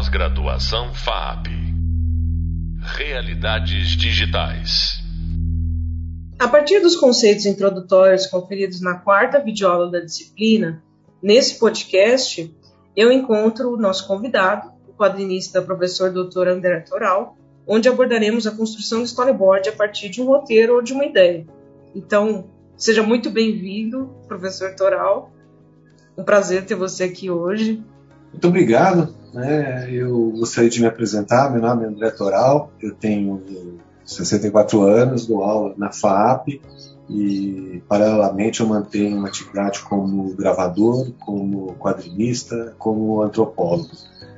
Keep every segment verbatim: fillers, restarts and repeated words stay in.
Pós-graduação F A A P. Realidades digitais. A partir dos conceitos introdutórios conferidos na quarta videoaula da disciplina, nesse podcast, eu encontro o nosso convidado, o quadrinista professor doutor André Toral, onde abordaremos a construção do storyboard a partir de um roteiro ou de uma ideia. Então, seja muito bem-vindo, professor Toral. Um prazer ter você aqui hoje. Muito obrigado. Né? Eu gostaria de me apresentar. Meu nome é André Toral, eu tenho sessenta e quatro anos, dou aula na F A A P e, paralelamente, eu mantenho uma atividade como gravador, como quadrinista, como antropólogo.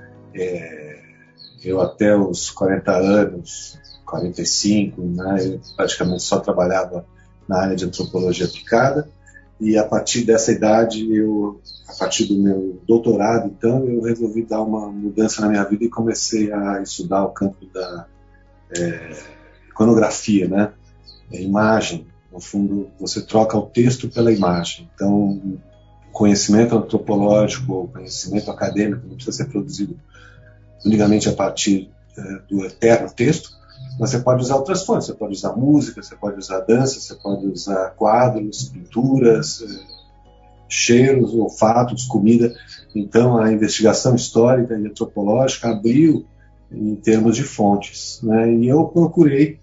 É, eu, até os quarenta anos, quarenta e cinco, né, eu praticamente só trabalhava na área de antropologia aplicada. E a partir dessa idade, eu, a partir do meu doutorado, então, eu resolvi dar uma mudança na minha vida e comecei a estudar o campo da é, iconografia, né? A imagem. No fundo, você troca o texto pela imagem. Então, o conhecimento antropológico ou conhecimento acadêmico não precisa ser produzido unicamente a partir é, do eterno texto. Você pode usar outras fontes, você pode usar música, você pode usar dança, você pode usar quadros, pinturas, cheiros, olfatos, comida. Então, a investigação histórica e antropológica abriu em termos de fontes, né? E eu procurei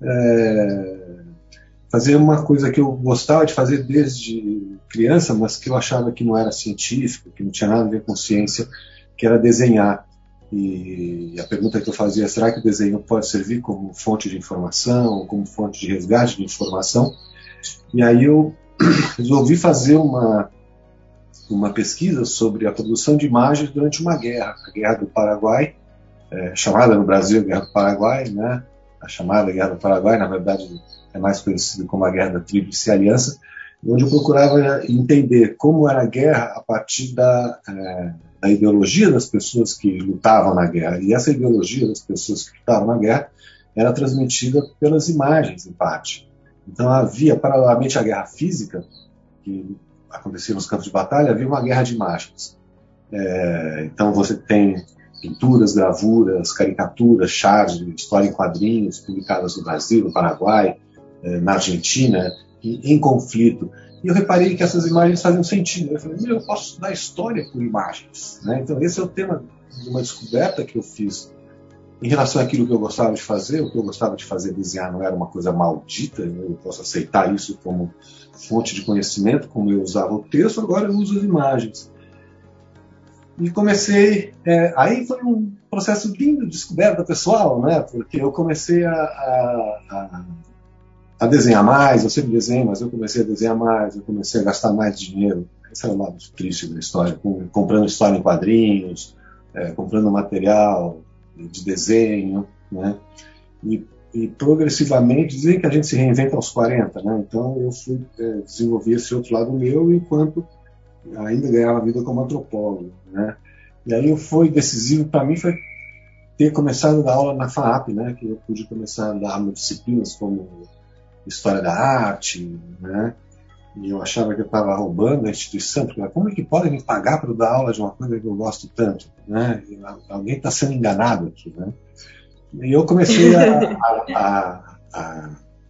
é, fazer uma coisa que eu gostava de fazer desde criança, mas que eu achava que não era científico, que não tinha nada a ver com ciência, que era desenhar. E a pergunta que eu fazia é: será que o desenho pode servir como fonte de informação, como fonte de resgate de informação? E aí eu resolvi fazer uma, uma pesquisa sobre a produção de imagens durante uma guerra, a Guerra do Paraguai, é, chamada no Brasil Guerra do Paraguai, né? A chamada Guerra do Paraguai, na verdade, é mais conhecida como a Guerra da Tríplice Aliança, onde eu procurava entender como era a guerra a partir da... É, da ideologia das pessoas que lutavam na guerra. E essa ideologia das pessoas que lutavam na guerra era transmitida pelas imagens, em parte. Então havia, paralelamente à guerra física, que acontecia nos campos de batalha, havia uma guerra de imagens. É, então você tem pinturas, gravuras, caricaturas, charges, história em quadrinhos, publicadas no Brasil, no Paraguai, é, na Argentina, em, em conflito. E eu reparei que essas imagens faziam sentido. Eu falei, eu posso estudar história por imagens, né? Então esse é o tema de uma descoberta que eu fiz em relação àquilo que eu gostava de fazer. O que eu gostava de fazer, desenhar, não era uma coisa maldita, eu posso aceitar isso como fonte de conhecimento, como eu usava o texto, agora eu uso as imagens. E comecei, é, aí foi um processo lindo de descoberta pessoal, né? Porque eu comecei a, a, a a desenhar mais. Eu sempre desenho, mas eu comecei a desenhar mais, eu comecei a gastar mais dinheiro. Esse é o lado triste da história, com, comprando história em quadrinhos, é, comprando material de desenho, né? E, e progressivamente, dizem que a gente se reinventa aos quarenta, né? Então eu fui é, desenvolver esse outro lado meu enquanto ainda ganhava vida como antropólogo, né? E aí foi decisivo para mim foi ter começado a dar aula na F A A P, né? Que eu pude começar a dar aula de disciplinas como História da Arte, né? E eu achava que eu estava roubando a instituição, porque como é que podem me pagar para dar aula de uma coisa que eu gosto tanto, né? E alguém está sendo enganado aqui, né? E eu comecei a, a, a,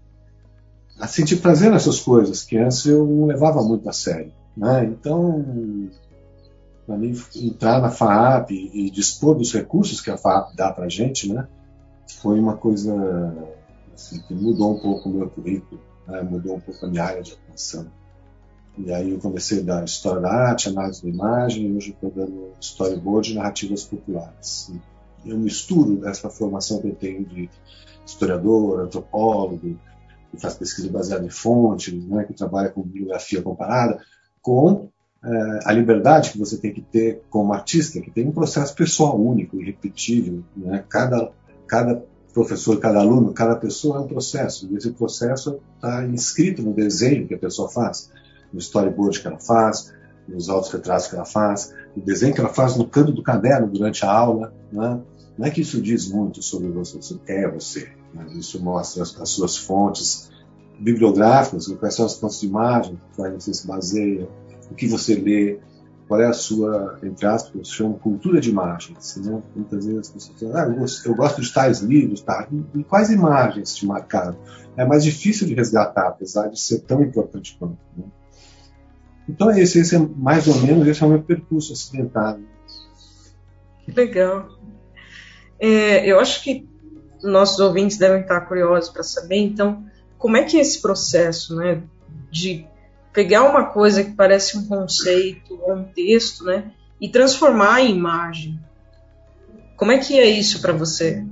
a sentir prazer nessas coisas que antes eu não levava muito a sério, né? Então, para mim, entrar na F A A P e dispor dos recursos que a F A A P dá para a gente, né? Foi uma coisa assim, que mudou um pouco o meu currículo, né? Mudou um pouco a minha área de atuação. E aí eu comecei a dar história da arte, análise da imagem, e hoje estou dando storyboard e narrativas populares. Eu misturo dessa formação que eu tenho de historiador, antropólogo, que faz pesquisa baseada em fontes, né? Que trabalha com bibliografia comparada, com é, a liberdade que você tem que ter como artista, que tem um processo pessoal único, irrepetível, né? Cada, cada professor, cada aluno, cada pessoa é um processo, e esse processo está inscrito no desenho que a pessoa faz, no storyboard que ela faz, nos autorretratos que ela faz, no desenho que ela faz no canto do caderno durante a aula, né? Não é que isso diz muito sobre você, isso é você, né? Isso mostra as, as suas fontes bibliográficas, quais são as fontes de imagem, quais você se baseia, o que você lê, qual é a sua, entre aspas, eu chamo cultura de imagens. Né? Muitas vezes as pessoas dizem, ah, eu gosto, eu gosto de tais livros, tá? E, e quais imagens te marcaram? É mais difícil de resgatar, apesar de ser tão importante quanto. Né? Então, esse, esse é mais ou menos esse é o meu percurso acidentado. Legal. É, eu acho que nossos ouvintes devem estar curiosos para saber, então, como é que é esse processo, né, de pegar uma coisa que parece um conceito ou um texto, né, e transformar em imagem. Como é que é isso para você?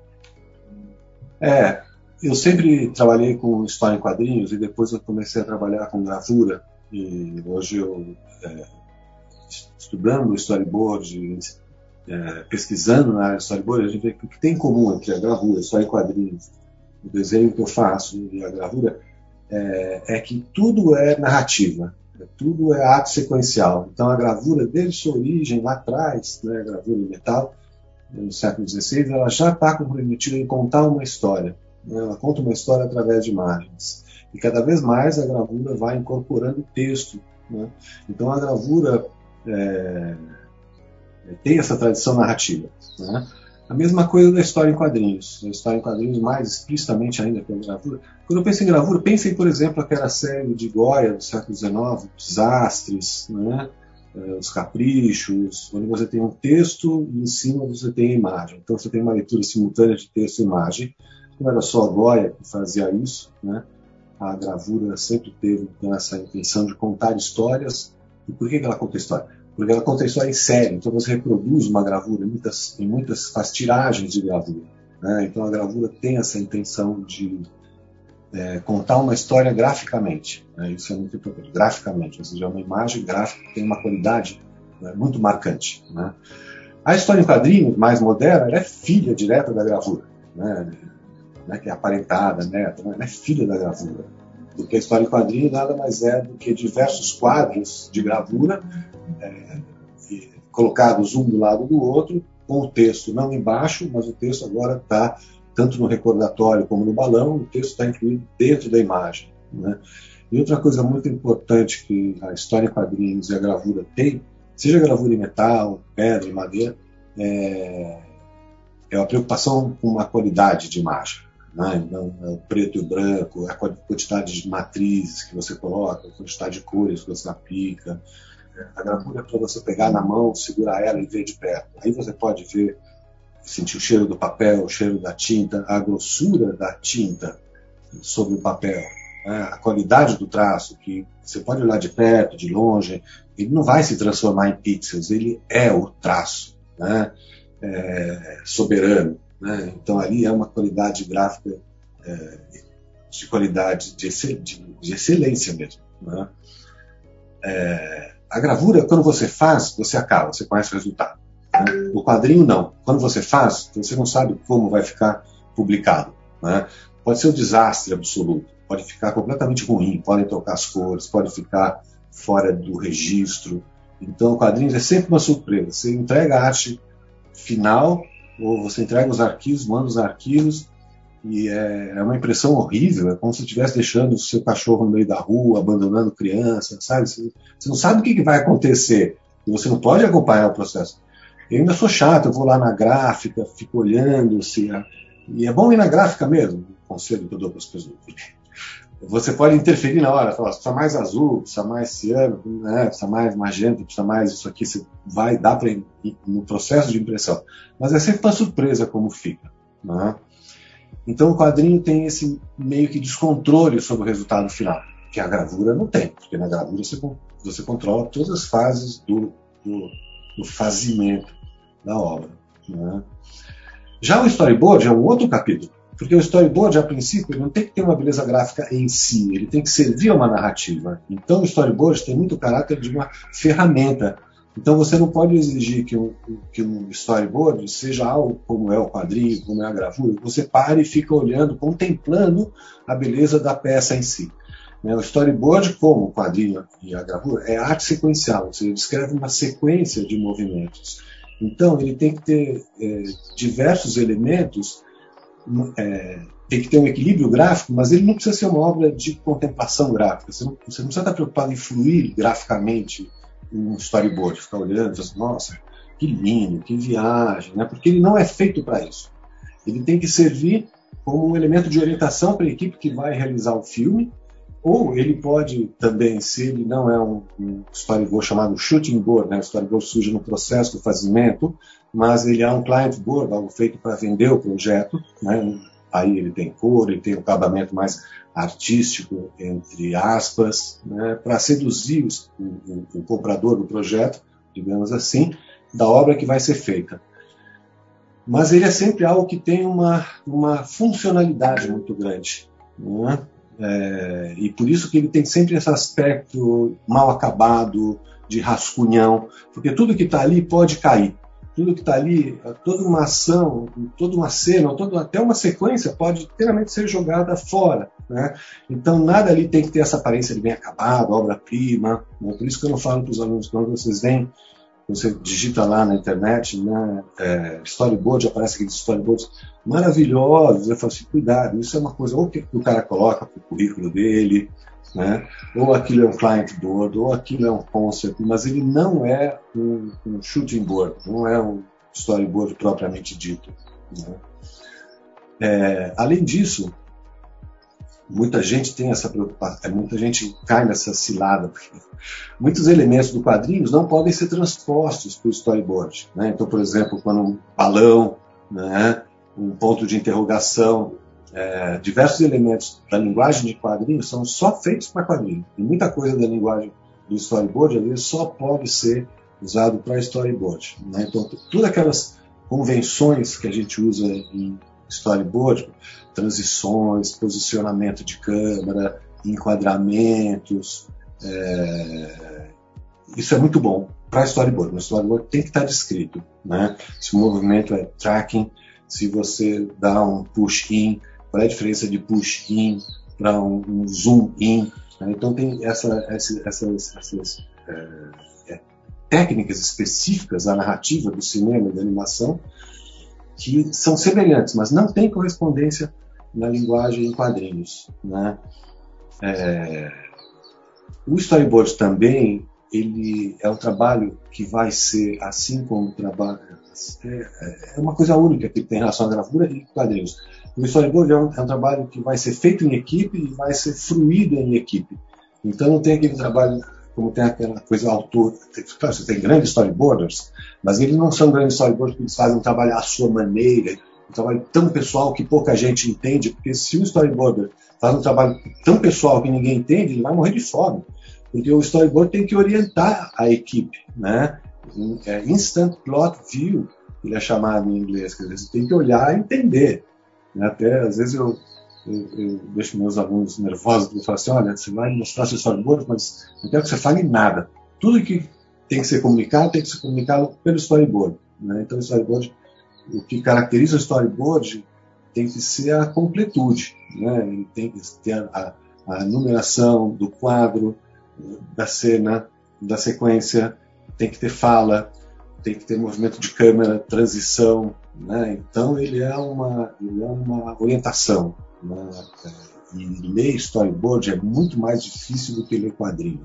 É, eu sempre trabalhei com história em quadrinhos e depois eu comecei a trabalhar com gravura e hoje eu, é, estudando storyboard, é, pesquisando na área de storyboard, a gente vê que o que tem em comum entre a gravura, a história em quadrinhos, o desenho que eu faço e a gravura é, é que tudo é narrativa, tudo é ato sequencial. Então a gravura, desde sua origem lá atrás, né, a gravura em metal, no século dezesseis, ela já está comprometida em contar uma história. Né? Ela conta uma história através de imagens. E cada vez mais a gravura vai incorporando texto. Né? Então a gravura é, tem essa tradição narrativa. Né? A mesma coisa da história em quadrinhos. A história em quadrinhos, mais explicitamente ainda que a gravura. Quando eu penso em gravura, pensem, por exemplo, aquela série de Goya do século dezenove, Desastres, né? Os Caprichos, onde você tem um texto e em cima você tem a imagem. Então você tem uma leitura simultânea de texto e imagem. Não era só Goya que fazia isso, né? A gravura sempre teve então, essa intenção de contar histórias. E por que ela conta história? Porque ela conta história em série. Então você reproduz uma gravura em muitas, em muitas faz tiragens de gravura. Né? Então a gravura tem essa intenção de É, contar uma história graficamente, né? Isso é muito importante, graficamente, ou seja, uma imagem gráfica que tem uma qualidade, né, muito marcante. Né? A história em quadrinhos, mais moderna, ela é filha direta da gravura, né? Não é que é aparentada, né? Não é filha da gravura, porque a história em quadrinhos nada mais é do que diversos quadros de gravura é, colocados um do lado do outro, com o texto não embaixo, mas o texto agora está tanto no recordatório como no balão, o texto está incluído dentro da imagem. Né? E outra coisa muito importante que a história em quadrinhos e a gravura tem, seja gravura em metal, pedra, madeira, é, é a preocupação com a qualidade de imagem. Né? Então, é o preto e o branco, a quantidade de matrizes que você coloca, a quantidade de cores que você aplica. A gravura é para você pegar na mão, segurar ela e ver de perto. Aí você pode ver, sentir o cheiro do papel, o cheiro da tinta, a grossura da tinta sobre o papel, né? A qualidade do traço, que você pode olhar de perto, de longe, ele não vai se transformar em pixels, ele é o traço, né? É, soberano. Né? Então ali é uma qualidade gráfica é, de qualidade, de, excel, de, de excelência mesmo. Né? É, a gravura, quando você faz, você acaba, você conhece o resultado. O quadrinho não. Quando você faz, você não sabe como vai ficar publicado. Né? Pode ser um desastre absoluto, pode ficar completamente ruim, podem trocar as cores, pode ficar fora do registro. Então o quadrinho é sempre uma surpresa. Você entrega a arte final, ou você entrega os arquivos, manda os arquivos, e é, é uma impressão horrível, é como se você estivesse deixando o seu cachorro no meio da rua, abandonando criança, sabe? Você, você não sabe o que, que vai acontecer, e você não pode acompanhar o processo. Eu ainda sou chato, eu vou lá na gráfica, fico olhando, assim, e é bom ir na gráfica mesmo, o conselho que eu dou para as pessoas. Você pode interferir na hora, falar, precisa mais azul, precisa mais ciano, né, precisa mais magenta, precisa mais isso aqui, você vai dar para ir no processo de impressão. Mas é sempre uma surpresa como fica. Né? Então o quadrinho tem esse meio que descontrole sobre o resultado final, que a gravura não tem, porque na gravura você, você controla todas as fases do, do, do fazimento da obra. Né? Já o storyboard é um outro capítulo, porque o storyboard, a princípio, ele não tem que ter uma beleza gráfica em si, ele tem que servir a uma narrativa. Então o storyboard tem muito caráter de uma ferramenta. Então você não pode exigir que um, que um storyboard seja algo como é o quadrinho, como é a gravura, você para e fica olhando, contemplando a beleza da peça em si. O storyboard, como o quadrinho e a gravura, é arte sequencial, ou seja, ele descreve uma sequência de movimentos. Então ele tem que ter é, diversos elementos, é, tem que ter um equilíbrio gráfico, mas ele não precisa ser uma obra de contemplação gráfica. Você não, você não precisa estar preocupado em fluir graficamente um storyboard, ficar olhando e falar assim, nossa, que lindo, que viagem, né? Porque ele não é feito para isso. Ele tem que servir como um elemento de orientação para a equipe que vai realizar o filme, ou ele pode também, se ele não é um, um storyboard chamado shooting board, né? O storyboard surge no processo do fazimento, mas ele é um client board, algo feito para vender o projeto, né? Aí ele tem cor, ele tem um acabamento mais artístico, entre aspas, né? Para seduzir o, o, o comprador do projeto, digamos assim, da obra que vai ser feita. Mas ele é sempre algo que tem uma, uma funcionalidade muito grande, né? É, e por isso que ele tem sempre esse aspecto mal acabado, de rascunhão, porque tudo que está ali pode cair. Tudo que está ali, toda uma ação, toda uma cena, toda, até uma sequência pode inteiramente ser jogada fora, né? Então nada ali tem que ter essa aparência de bem acabado, obra-prima, né? Por isso que eu não falo para os alunos, quando vocês veem, você digita lá na internet, né, é, storyboard, aparece aqueles storyboards maravilhosos, eu falo assim, cuidado, isso é uma coisa ou que o cara coloca para o currículo dele, né, ou aquilo é um client board, ou aquilo é um concept, mas ele não é um, um shooting board, não é um storyboard propriamente dito, né. É, além disso, muita gente tem essa preocupação, muita gente cai nessa cilada, porque muitos elementos do quadrinhos não podem ser transpostos para o storyboard, né? Então, por exemplo, quando um balão, né, um ponto de interrogação, é, diversos elementos da linguagem de quadrinhos são só feitos para quadrinho. E muita coisa da linguagem do storyboard, às vezes, só pode ser usado para storyboard, né? Então, todas aquelas convenções que a gente usa em storyboard, transições, posicionamento de câmera, enquadramentos, é... isso é muito bom para storyboard. No storyboard tem que estar descrito, né? Se o movimento é tracking, se você dá um push in, qual é a diferença de push in para um, um zoom in, né? Então tem essa, essa, essas, essas é, é, técnicas específicas da narrativa do cinema e da animação que são semelhantes, mas não tem correspondência na linguagem em quadrinhos, né? É... O storyboard também, ele é um trabalho que vai ser, assim como o trabalho... É, é uma coisa única que tem relação à gravura e quadrinhos. O storyboard é um, é um trabalho que vai ser feito em equipe e vai ser fruído em equipe. Então não tem aquele trabalho... como tem aquela coisa autor, claro, você tem grandes storyboarders, mas eles não são grandes storyboarders porque eles fazem um trabalho à sua maneira, um trabalho tão pessoal que pouca gente entende, porque se um storyboarder faz um trabalho tão pessoal que ninguém entende, ele vai morrer de fome, porque o storyboard tem que orientar a equipe, né? É instant plot view, ele é chamado em inglês, quer dizer, você tem que olhar e entender, né? Até às vezes eu Eu, eu deixo meus alunos nervosos e falo assim, olha, você vai mostrar seu storyboard, mas não quero que você fale nada. Tudo que tem que ser comunicado, tem que ser comunicado pelo storyboard, né? Então, o storyboard, o que caracteriza o storyboard tem que ser a completude, né? Ele tem que ter a, a numeração do quadro, da cena, da sequência, tem que ter fala, tem que ter movimento de câmera, transição, né? Então, ele é uma, ele é uma orientação. E ler storyboard é muito mais difícil do que ler quadrinho,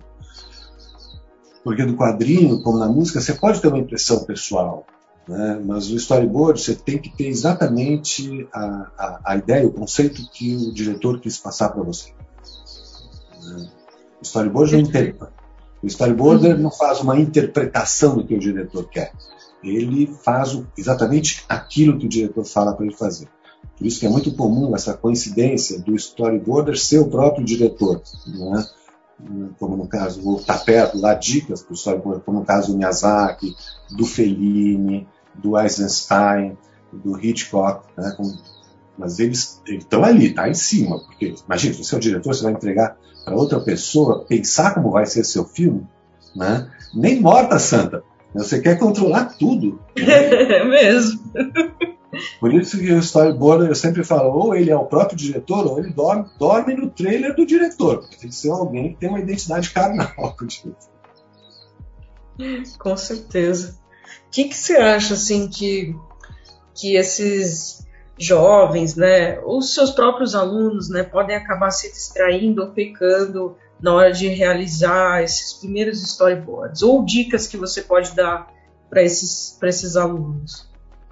porque do quadrinho, como na música, você pode ter uma impressão pessoal, né? Mas o storyboard você tem que ter exatamente a, a, a ideia, o conceito que o diretor quis passar para você. O storyboard não interpreta. O storyboarder não faz uma interpretação do que o diretor quer, ele faz o, exatamente aquilo que o diretor fala para ele fazer. Por isso que é muito comum essa coincidência do storyboarder ser o próprio diretor, né? Como no caso, vou estar perto, dar dicas para o storyboarder, como no caso do Miyazaki, do Fellini, do Eisenstein, do Hitchcock, né? Com, mas eles estão ali, está em cima, porque imagina, se você é o diretor, você vai entregar para outra pessoa pensar como vai ser seu filme, né? Nem morta santa, você quer controlar tudo. Né? É mesmo. Por isso que o storyboarder, eu sempre falo, ou ele é o próprio diretor, ou ele dorme, dorme no trailer do diretor, porque tem que ser alguém que tem uma identidade carnal com o diretor. Com certeza. O que, que você acha, assim, que, que esses jovens, né, ou seus próprios alunos, né, podem acabar se distraindo ou pecando na hora de realizar esses primeiros storyboards, ou dicas que você pode dar para esses, para esses alunos?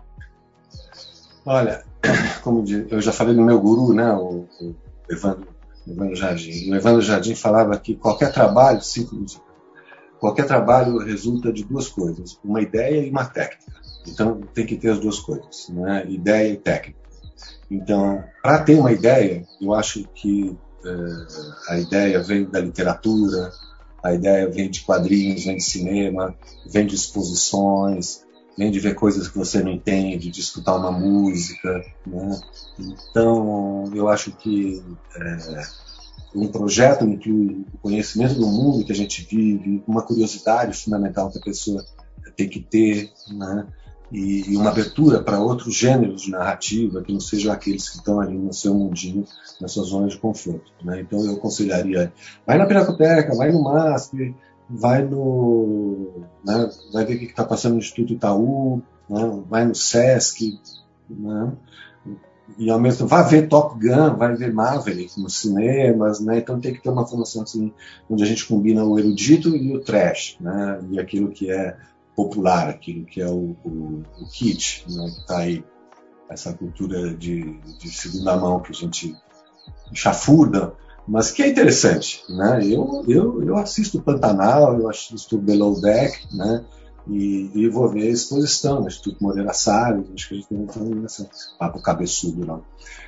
Olha, como eu já falei do meu guru, né, o, o Evandro, Evandro Jardim. O Evandro Jardim falava que qualquer trabalho, cinco minutos, qualquer trabalho resulta de duas coisas, uma ideia e uma técnica. Então tem que ter as duas coisas, né, ideia e técnica. Então, para ter uma ideia, eu acho que uh, a ideia vem da literatura, a ideia vem de quadrinhos, vem de cinema, vem de exposições, vem de ver coisas que você não entende, de escutar uma música, né? Então, eu acho que é, um projeto inclui o conhecimento do mundo que a gente vive, uma curiosidade fundamental que a pessoa tem que ter, né? E, e uma abertura para outros gêneros de narrativa que não sejam aqueles que estão ali no seu mundinho, na sua zona de conforto, né? Então, eu aconselharia, vai na Pinacoteca, vai no MASP, vai no, né, vai ver o que está passando no Instituto Itaú, né, vai no Sesc, né, e ao mesmo tempo vai ver Top Gun, vai ver Maverick nos cinemas, né, então tem que ter uma formação assim, onde a gente combina o erudito e o trash, né, e aquilo que é popular, aquilo que é o, o, o kitsch, né, que está aí, essa cultura de, de segunda mão que a gente chafurda, mas que é interessante, né? Eu, eu, eu assisto Pantanal, eu assisto Below Deck, né? E, e vou ver a exposição no Instituto Moreira Salles, acho que a gente tem um papo cabeçudo, não.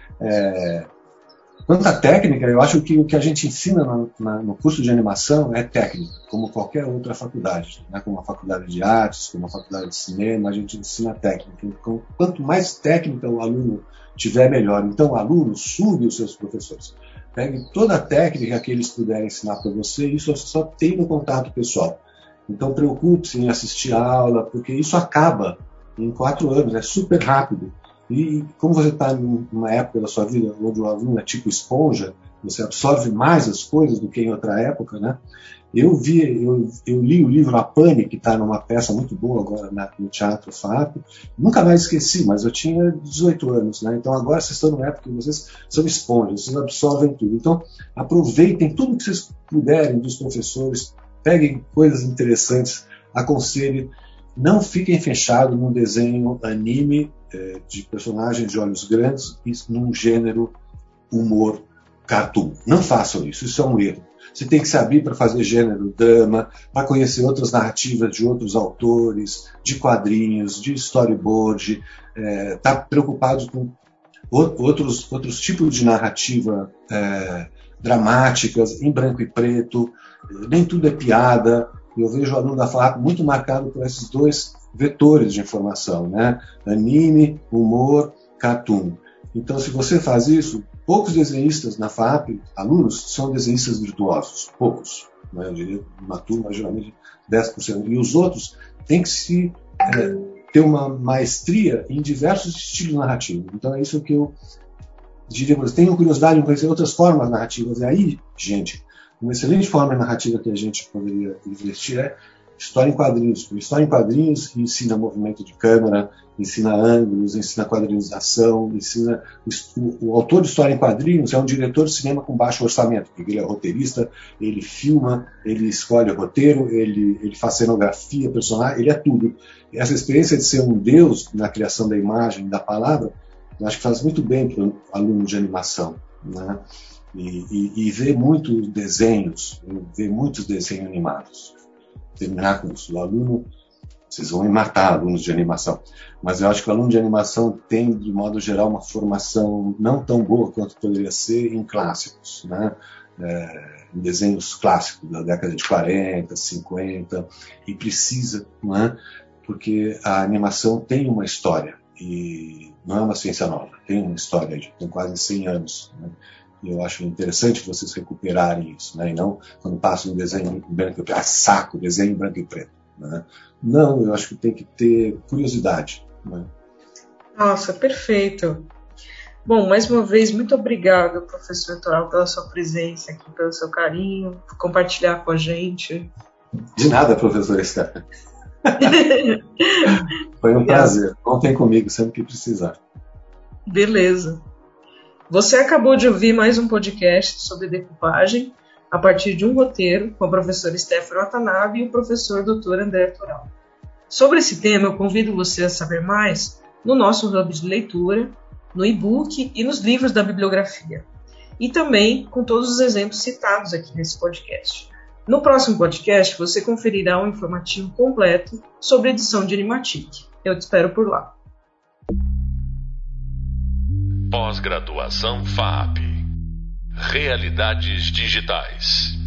É, quanto à técnica, eu acho que o que a gente ensina no, na, no curso de animação é técnica, como qualquer outra faculdade, né? Como a faculdade de artes, como a faculdade de cinema, a gente ensina técnica. Então, quanto mais técnica o aluno tiver, melhor. Então, o aluno sugue os seus professores. Pegue toda a técnica que eles puderem ensinar para você, isso só tem no contato pessoal. Então, preocupe-se em assistir a aula, porque isso acaba em quatro anos, é super rápido. E como você está numa época da sua vida onde o aluno é tipo esponja, você absorve mais as coisas do que em outra época, né? Eu, vi, eu, eu li o livro A Pane, que está numa peça muito boa agora na, no Teatro F A P. Nunca mais esqueci, mas eu tinha dezoito anos, né? Então agora vocês estão numa época que vocês são esponjas, vocês absorvem tudo. Então aproveitem tudo que vocês puderem dos professores, peguem coisas interessantes, aconselhem, não fiquem fechados num desenho anime é, de personagens de olhos grandes e num gênero humor cartoon. Não façam isso, isso é um erro. Você tem que se abrir para fazer gênero drama, para conhecer outras narrativas de outros autores, de quadrinhos, de storyboard, é, tá preocupado com outros, outros tipos de narrativa é, dramáticas, em branco e preto, nem tudo é piada. Eu vejo o aluno da F A P muito marcado por esses dois vetores de informação, né? Anime, humor, cartoon. Então, se você faz isso, poucos desenhistas na F A P, alunos, são desenhistas virtuosos. Poucos. Né? Eu diria, uma turma, geralmente, dez por cento. E os outros têm que se, é, ter uma maestria em diversos estilos narrativos. Então, é isso que eu diria. Tenham curiosidade em conhecer outras formas narrativas. E aí, gente, uma excelente forma narrativa que a gente poderia investir é história em quadrinhos. História em quadrinhos ensina movimento de câmera, ensina ângulos, ensina quadrinização, ensina... O, o autor de história em quadrinhos é um diretor de cinema com baixo orçamento, porque ele é roteirista, ele filma, ele escolhe o roteiro, ele, ele faz cenografia, personagem, ele é tudo. E essa experiência de ser um deus na criação da imagem, da palavra, eu acho que faz muito bem para o aluno de animação, né? E, e, e ver muitos desenhos, ver muitos desenhos animados. Terminar com isso. O aluno, vocês vão me matar, alunos de animação, mas eu acho que o aluno de animação tem, de modo geral, uma formação não tão boa quanto poderia ser em clássicos, né? É, em desenhos clássicos da década de quarenta, cinquenta, e precisa, não é? Porque a animação tem uma história, e não é uma ciência nova, tem uma história, tem quase cem anos, né? E eu acho interessante vocês recuperarem isso, né? E não quando passa um desenho em branco e preto, ah, saco, desenho em branco e preto, né? Não, eu acho que tem que ter curiosidade, né? Nossa, perfeito. Bom, mais uma vez, muito obrigado, professor Toral, pela sua presença aqui, pelo seu carinho, por compartilhar com a gente. De nada, professor Esther. Foi um prazer. Contem comigo sempre que precisar. Beleza. Você acabou de ouvir mais um podcast sobre decupagem. a partir de um roteiro com a professora Stefano Watanabe e o professor doutor André Toral. Sobre esse tema, eu convido você a saber mais no nosso hub de leitura, no e-book e nos livros da bibliografia, e também com todos os exemplos citados aqui nesse podcast. No próximo podcast, você conferirá um informativo completo sobre a edição de Animatic. Eu te espero por lá. Pós-graduação F A A P. Realidades digitais.